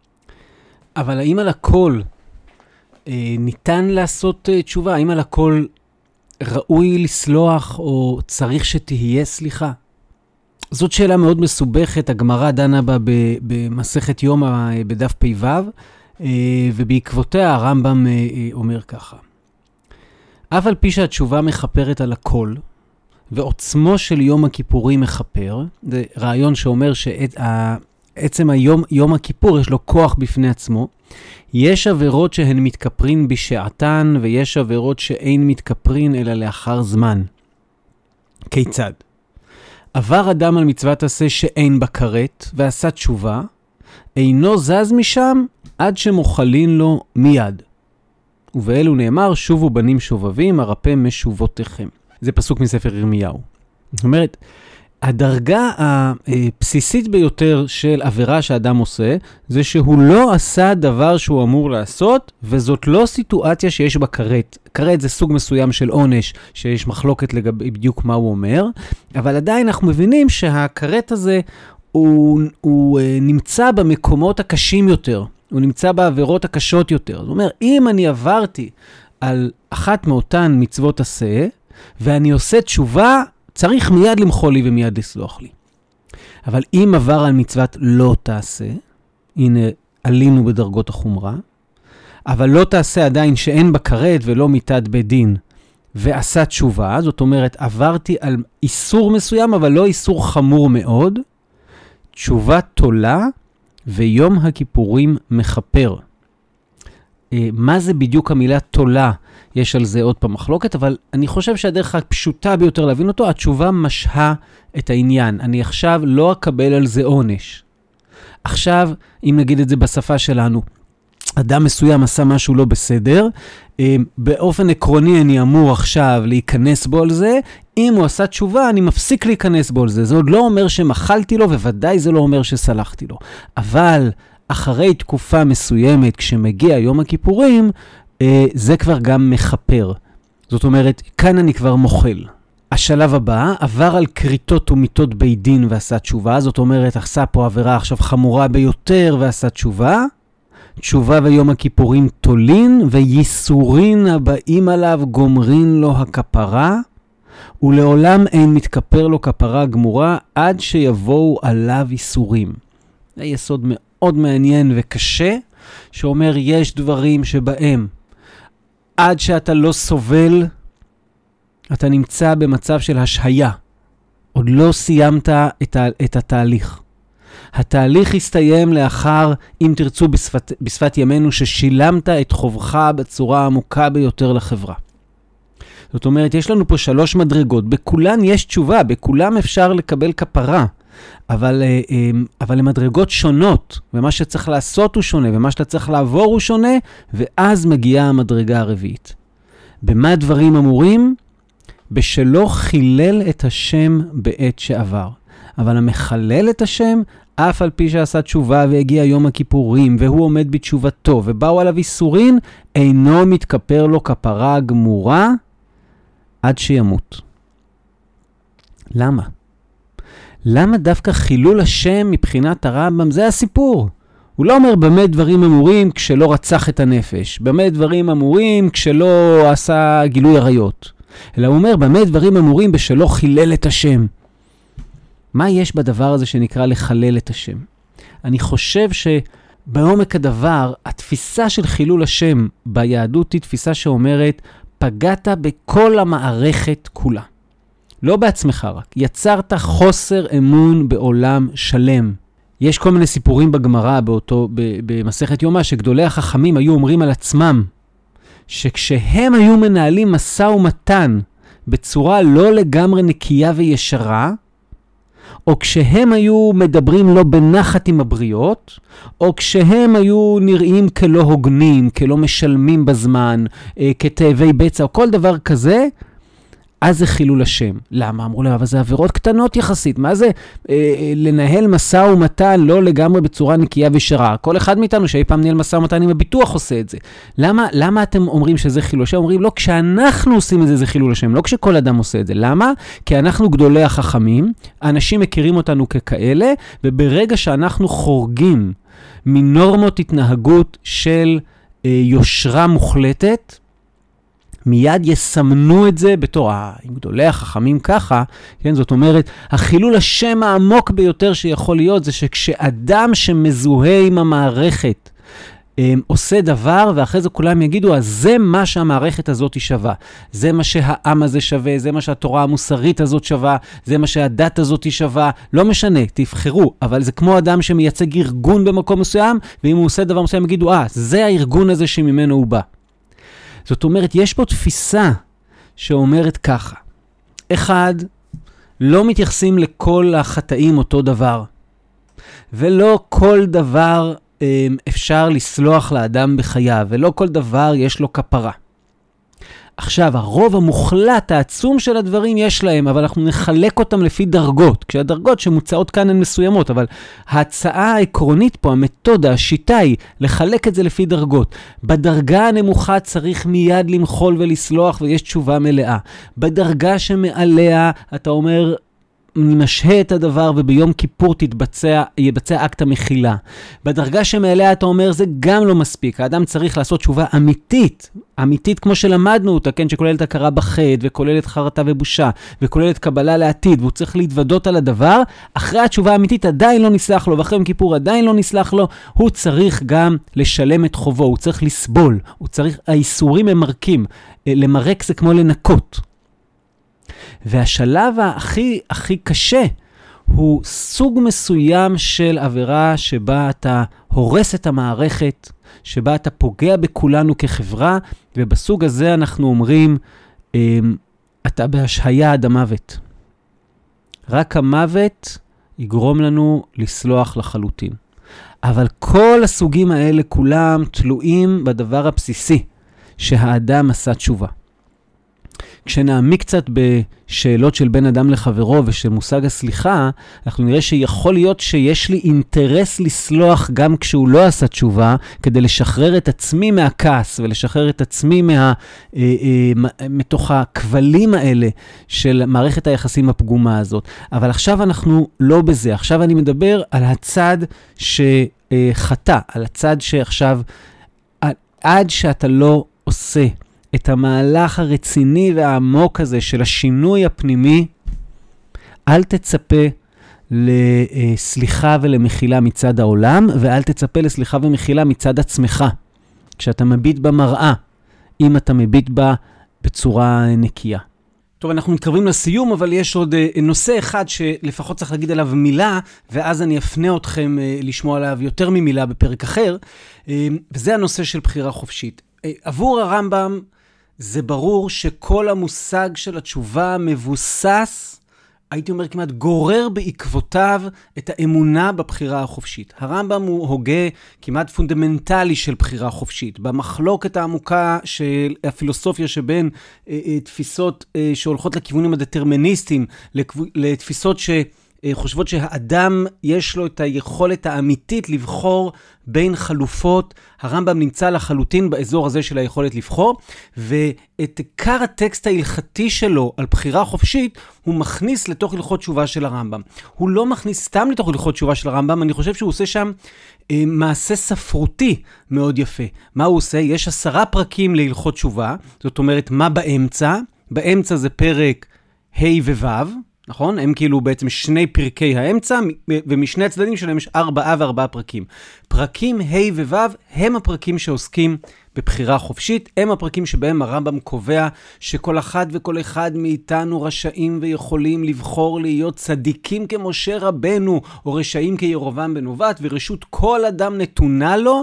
אבל האם על הכל אה, ניתן לעשות אה, תשובה? האם על הכל ראוי לסלוח או צריך שתהיה סליחה? זאת שאלה מאוד מסובכת, הגמרא דנה בה במסכת יומא בדף פ"ו, ובעקבותיה הרמב"ם אומר ככה. אף על פי שהתשובה מחפרת על הכל, ועוצמו של יום הכיפורים מחפר, זה רעיון שאומר שעצם היום, יום הכיפור יש לו כוח בפני עצמו, יש עבירות שהן מתכפרין בשעתן, ויש עבירות שאין מתכפרין אלא לאחר זמן. כיצד? עבר אדם על מצוות עשה שאין בה כרת, ועשה תשובה, אינו זז משם עד שמוכלין לו מיד. ובאלו נאמר, שובו בנים שובבים, הרפא משובותיכם. זה פסוק מספר ירמיהו. זאת אומרת, הדרגה הבסיסית ביותר של עבירה שאדם עושה, זה שהוא לא עשה דבר שהוא אמור לעשות, וזאת לא סיטואציה שיש בה כרת. כרת זה סוג מסוים של עונש, שיש מחלוקת לגבי בדיוק מה הוא אומר, אבל עדיין אנחנו מבינים שהכרת הזה הוא, הוא נמצא במקומות הקשים יותר, הוא נמצא בעבירות הקשות יותר. זאת אומרת, אם אני עברתי על אחת מאותן מצוות עשה, ואני עושה תשובה, צריך מיד למחול לי ומיד לסלוח לי. אבל אם עבר על מצוות לא תעשה, הנה עלינו בדרגות החומרה, אבל לא תעשה עדיין שאין בה כרת ולא מיתת בית דין, ועשה תשובה, זאת אומרת, עברתי על איסור מסוים, אבל לא איסור חמור מאוד, תשובה תולה, ויום הכיפורים מחפר. מה זה בדיוק המילה תולה? יש על זה עוד פעם מחלוקת, אבל אני חושב שהדרך הפשוטה ביותר להבין אותו, התשובה משהה את העניין. אני עכשיו לא אקבל על זה עונש. עכשיו, אם נגיד את זה בשפה שלנו, אדם מסוים עשה משהו לא בסדר, באופן עקרוני אני אמור עכשיו להיכנס בו על זה, אם הוא עשה תשובה אני מפסיק להיכנס בו על זה. זה עוד לא אומר שמחלתי לו, וודאי זה לא אומר שסלחתי לו. אבל אחרי תקופה מסוימת, כשמגיע יום הכיפורים, זה כבר גם מחפר. זאת אומרת, כאן אני כבר מוחל. השלב הבא עבר על קריטות ומיתות בית דין ועשה תשובה, זאת אומרת, עשה פה עבירה עכשיו חמורה ביותר ועשה תשובה, תשובה ויום הכיפורים תולין, וייסורין הבאים עליו גומרין לו הכפרה, ולעולם אין מתכפר לו כפרה גמורה, עד שיבואו עליו ייסורים. זה יסוד מאוד מעניין וקשה, שאומר יש דברים שבהם, עד שאתה לא סובל, אתה נמצא במצב של השהיה. עוד לא סיימת את, ה- את התהליך. התהליך הסתיים לאחר, אם תרצו בשפת, בשפת ימינו, ששילמת את חובך בצורה העמוקה ביותר לחברה. זאת אומרת, יש לנו פה שלוש מדרגות, בכולן יש תשובה, בכולם אפשר לקבל כפרה, אבל, אבל למדרגות שונות, ומה שצריך לעשות הוא שונה, ומה שאתה צריך לעבור הוא שונה, ואז מגיעה המדרגה הרביעית. במה דברים אמורים? בשלא חילל את השם בעת שעבר. אבל המחלל את השם, אף על פי שעשה תשובה והגיע יום הכיפורים, והוא עומד בתשובתו, ובאו עליו איסורין, אינו מתכפר לו כפרה גמורה, עד שימות. למה? למה דווקא חילול השם מבחינת הרמב"ם? זה הסיפור. הוא לא אומר במה דברים אמורים כשלא רצח את הנפש, במה דברים אמורים כשלא עשה גילוי עריות, אלא הוא אומר במה דברים אמורים בשלא חילל את השם. מה יש בדבר הזה שנקרא לחלל את השם? אני חושב שבעומק הדבר, התפיסה של חילול השם ביהדות היא תפיסה שאומרת, פגעת בכל המערכת כולה. לא בעצמך רק, יצרת חוסר אמון בעולם שלם. יש כל מיני סיפורים בגמרא באותו, במסכת יומא, שגדולי החכמים היו אומרים על עצמם, שכשהם היו מנהלים משא ומתן בצורה לא לגמרי נקייה וישרה, או כשהם היו מדברים לא בנחת עם הבריות, או כשהם היו נראים כלא הוגנים, כלא משלמים בזמן, כתאבי בצע, או כל דבר כזה, אז זה חילול השם. למה? אמרו להם, אבל זה עבירות קטנות יחסית. מה זה אה, לנהל מסע ומתן לא לגמרי בצורה נקייה ושרה? כל אחד מאיתנו שאי פעם ניהל מסע ומתן עם הביטוח עושה את זה. למה, למה אתם אומרים שזה חילול השם? אומרים, לא, כשאנחנו עושים את זה, זה חילול השם. לא כשכל אדם עושה את זה. למה? כי אנחנו גדולי החכמים, אנשים מכירים אותנו ככאלה, וברגע שאנחנו חורגים מנורמות התנהגות של אה, יושרה מוחלטת, מיד יסמנו את זה בתור, אה, אם גדולי החכמים ככה, כן, זאת אומרת, החילול השם העמוק ביותר שיכול להיות, זה שכשאדם שמזוהה עם המערכת, עושה דבר, ואחרי זה כולם יגידו, אז זה מה שהמערכת הזאת שווה. זה מה שהעם הזה שווה, זה מה שהתורה המוסרית הזאת שווה, זה מה שהדת הזאת שווה. לא משנה, תבחרו, אבל זה כמו אדם שמייצג ארגון במקום מסוים, ואם הוא עושה דבר מסוים, יגידו, אה, זה הארגון הזה שממנו הוא בא. זאת אומרת, יש פה תפיסה שאומרת ככה. אחד, לא מתייחסים לכל החטאים אותו דבר. ולא כל דבר אפשר לסלוח לאדם בחייו, ולא כל דבר יש לו כפרה. עכשיו, הרוב המוחלט, העצום של הדברים יש להם, אבל אנחנו נחלק אותם לפי דרגות, כשהדרגות שמוצעות כאן הן מסוימות, אבל ההצעה העקרונית פה, המתודה, השיטה היא לחלק את זה לפי דרגות. בדרגה הנמוכה צריך מיד למחול ולסלוח, ויש תשובה מלאה. בדרגה שמעליה, אתה אומר, אני משהה את הדבר וביום כיפור תתבצע, יבצע אקט המחילה. בדרגה שמעליה אתה אומר זה גם לא מספיק. האדם צריך לעשות תשובה אמיתית, אמיתית כמו שלמדנו אותה, כן, שכוללת הכרה בחטא וכוללת חרטה ובושה וכוללת קבלה לעתיד, והוא צריך להתוודות על הדבר. אחרי התשובה האמיתית עדיין לא נסלח לו, ואחרי יום כיפור עדיין לא נסלח לו, הוא צריך גם לשלם את חובו, הוא צריך לסבול, הוא צריך, האיסורים הם מרקים. למרק זה כמו לנקות. והשלב הכי, הכי קשה הוא סוג מסוים של עבירה שבה אתה הורס את המערכת, שבה אתה פוגע בכולנו כחברה, ובסוג הזה אנחנו אומרים, אתה בהשהיה עד המוות. רק המוות יגרום לנו לסלוח לחלוטין. אבל כל הסוגים האלה כולם תלויים בדבר הבסיסי, שהאדם עשה תשובה. כשנעמיק קצת בשאלות של בן אדם לחברו ושל מושג הסליחה, אנחנו נראה שיכול להיות שיש לי אינטרס לסלוח גם כשהוא לא עשה תשובה, כדי לשחרר את עצמי מהכעס ולשחרר את עצמי מה, אה, אה, מתוך הכבלים האלה של מערכת היחסים הפגומה הזאת. אבל עכשיו אנחנו לא בזה. עכשיו אני מדבר על הצד שחטא, על הצד שעכשיו, עד שאתה לא עושה את המהלך הרציני והעמוק הזה של השינוי הפנימי, אל תצפה לסליחה ולמחילה מצד העולם, ואל תצפה לסליחה ומחילה מצד עצמך. כשאתה מביט במראה, אם אתה מביט בה בצורה נקייה. טוב, אנחנו מתקרבים לסיום, אבל יש עוד נושא אחד שלפחות צריך להגיד עליו מילה, ואז אני אפנה אתכם לשמוע עליו יותר ממילה בפרק אחר, וזה הנושא של בחירה חופשית. עבור הרמב"ם, זה ברור שכל המושג של התשובה מבוסס, הייתי אומר כמעט גורר בעקבותיו את האמונה בבחירה החופשית. הרמב"ם הוא הוגה כמעט פונדמנטלי של בחירה חופשית. במחלוקת העמוקה של הפילוסופיה שבין אה, אה, תפיסות אה, שהולכות לכיוונים הדטרמיניסטיים, לתפיסות ש... חושבות שהאדם יש לו את היכולת האמיתית לבחור בין חלופות. הרמב"ם נמצא לחלוטין באזור הזה של היכולת לבחור, ואת עיקר הטקסט ההלכתי שלו על בחירה חופשית, הוא מכניס לתוך הלכות תשובה של הרמב"ם. הוא לא מכניס סתם לתוך הלכות תשובה של הרמב"ם, אני חושב שהוא עושה שם אה, מעשה ספרותי מאוד יפה. מה הוא עושה? יש עשרה פרקים להלכות תשובה, זאת אומרת, מה באמצע? באמצע זה פרק ה' וו', נכון? הם כאילו בעצם שני פרקי האמצע, ומשני הצדדים שלהם יש ארבעה וארבעה פרקים. פרקים ה' וו' הם הפרקים שעוסקים בבחירה חופשית, הם הפרקים שבהם הרמב"ם קובע שכל אחד וכל אחד מאיתנו רשאים ויכולים לבחור להיות צדיקים כמשה רבנו, או רשעים כירובעם בן נבט, ורשות כל אדם נתונה לו,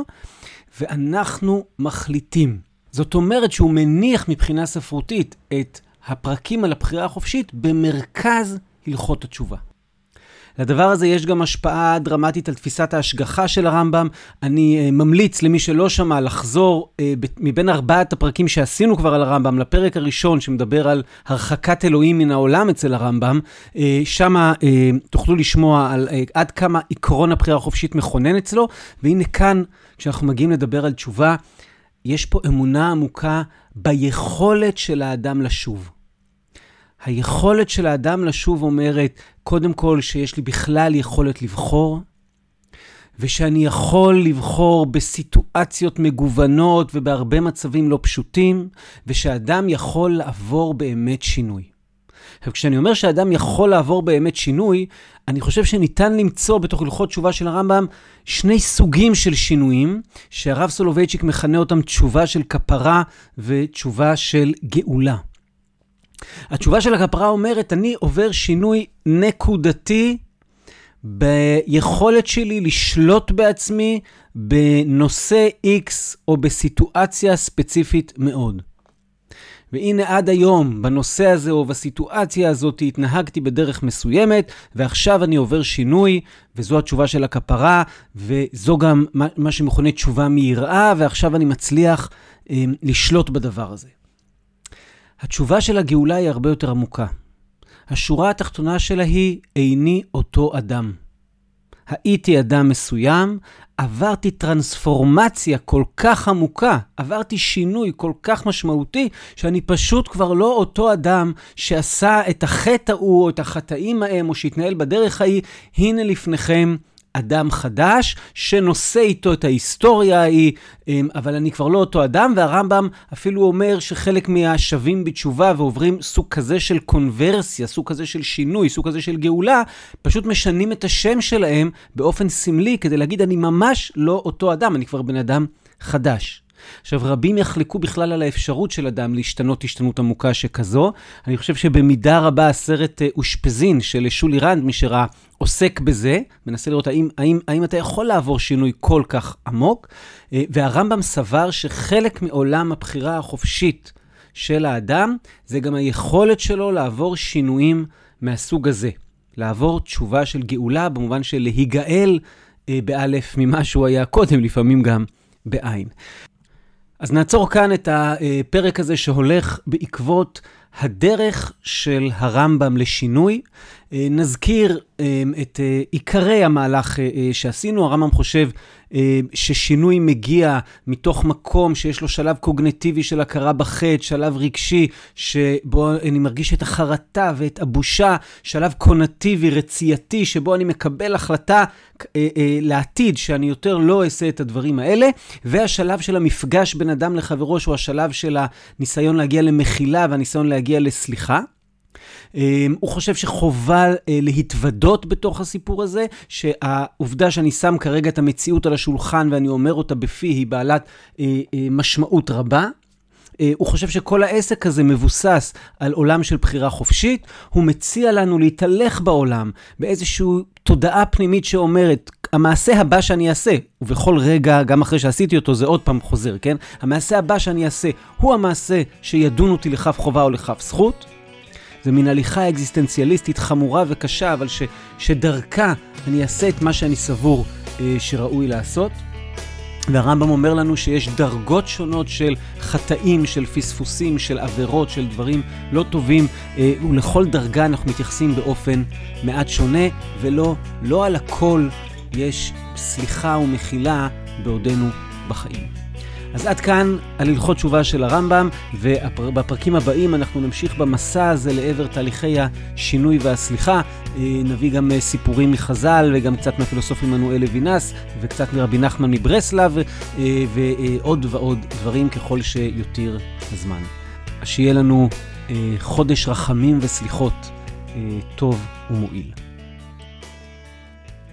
ואנחנו מחליטים. זאת אומרת שהוא מניח מבחינה ספרותית את הפרקים על הבחירה החופשית במרכז הלכות התשובה. לדבר הזה יש גם השפעה דרמטית על תפיסת ההשגחה של הרמב"ם. אני uh, ממליץ למי שלא שמע לחזור uh, ב- מבין ארבעת הפרקים שעשינו כבר על הרמב"ם, לפרק הראשון שמדבר על הרחקת אלוהים מן העולם אצל הרמב"ם. Uh, שמה uh, תוכלו לשמוע על uh, עד כמה עקרון הבחירה החופשית מכונן אצלו, והנה כאן, כשאנחנו מגיעים לדבר על תשובה, יש פה אמונה עמוקה ביכולת של האדם לשוב. היכולת של האדם לשוב אומרת, קודם כל שיש לי בכלל יכולת לבחור, ושאני יכול לבחור בסיטואציות מגוונות ובהרבה מצבים לא פשוטים, ושאדם יכול לעבור באמת שינוי. וכשאני אומר שאדם יכול לעבור באמת שינוי, אני חושב שניתן למצוא בתוך הלכות תשובה של הרמב"ם שני סוגים של שינויים, שהרב סולובייצ'יק מכנה אותם תשובה של כפרה ותשובה של גאולה. התשובה של הכפרה אומרת, אני עובר שינוי נקודתי ביכולת שלי לשלוט בעצמי בנושא X או בסיטואציה ספציפית מאוד. והנה עד היום בנושא הזה או בסיטואציה הזאת התנהגתי בדרך מסוימת, ועכשיו אני עובר שינוי, וזו התשובה של הכפרה, וזו גם מה שמכונה תשובה מיראה, ועכשיו אני מצליח אה, לשלוט בדבר הזה. התשובה של הגאולה היא הרבה יותר עמוקה. השורה התחתונה שלה היא, איני אותו אדם. הייתי אדם מסוים, עברתי טרנספורמציה כל כך עמוקה, עברתי שינוי כל כך משמעותי, שאני פשוט כבר לא אותו אדם שעשה את החטא ההוא, או את החטאים ההם, או שהתנהל בדרך ההיא. הנה לפניכם אדם חדש, שנושא איתו את ההיסטוריה ההיא, אבל אני כבר לא אותו אדם, והרמב"ם אפילו אומר שחלק מהשבים בתשובה ועוברים סוג כזה של קונברסיה, סוג כזה של שינוי, סוג כזה של גאולה, פשוט משנים את השם שלהם באופן סמלי, כדי להגיד אני ממש לא אותו אדם, אני כבר בן אדם חדש. עכשיו, רבים יחלקו בכלל על האפשרות של אדם להשתנות השתנות עמוקה שכזו. אני חושב שבמידה רבה הסרט אושפזין של שולי רנד, מי שראה, עוסק בזה, מנסה לראות האם, האם, האם אתה יכול לעבור שינוי כל כך עמוק, והרמב"ם סבר שחלק מעולם הבחירה החופשית של האדם, זה גם היכולת שלו לעבור שינויים מהסוג הזה. לעבור תשובה של גאולה, במובן של להיגאל באלף ממה שהוא היה קודם, לפעמים גם בעין. אז נעצור כאן את הפרק הזה שהולך בעקבות הדרך של הרמב"ם לשינוי. נזכיר את עיקרי המהלך שעשינו. הרמב"ם חושב ששינוי מגיע מתוך מקום שיש לו שלב קוגניטיבי של הכרה בחטא, שלב רגשי שבו אני מרגיש את החרטה ואת הבושה, שלב קונטיבי, רצייתי, שבו אני מקבל החלטה לעתיד שאני יותר לא אעשה את הדברים האלה, והשלב של המפגש בין אדם לחברו, שהוא השלב של הניסיון להגיע למחילה והניסיון להגיע לסליחה. הוא חושב שחובה להתוודות בתוך הסיפור הזה, שהעובדה שאני שם כרגע את המציאות על השולחן ואני אומר אותה בפי היא בעלת משמעות רבה. הוא חושב שכל העסק הזה מבוסס על עולם של בחירה חופשית. הוא מציע לנו להתהלך בעולם באיזושהי תודעה פנימית שאומרת, המעשה הבא שאני אעשה, ובכל רגע, גם אחרי שעשיתי אותו, זה עוד פעם חוזר, כן? המעשה הבא שאני אעשה הוא המעשה שידון אותי לכף חובה או לכף זכות. זה מין הליכה אקזיסטנציאליסטית חמורה וקשה, אבל ש, שדרכה אני אעשה את מה שאני סבור אה, שראוי לעשות. והרמב"ם אומר לנו שיש דרגות שונות של חטאים, של פספוסים, של עבירות, של דברים לא טובים, אה, ולכל דרגה אנחנו מתייחסים באופן מעט שונה, ולא לא על הכל יש סליחה ומחילה בעודנו בחיים. אז עד כאן על הלכות תשובה של הרמב"ם, ובפרקים הבאים אנחנו נמשיך במסע הזה לעבר תהליכי השינוי והסליחה. נביא גם סיפורים מחז"ל וגם קצת מהפילוסוף עמנואל לוינס וקצת מרבי נחמן מברסלב ועוד ועוד דברים ככל שיותיר הזמן. שיהיה לנו חודש רחמים וסליחות טוב ומועיל.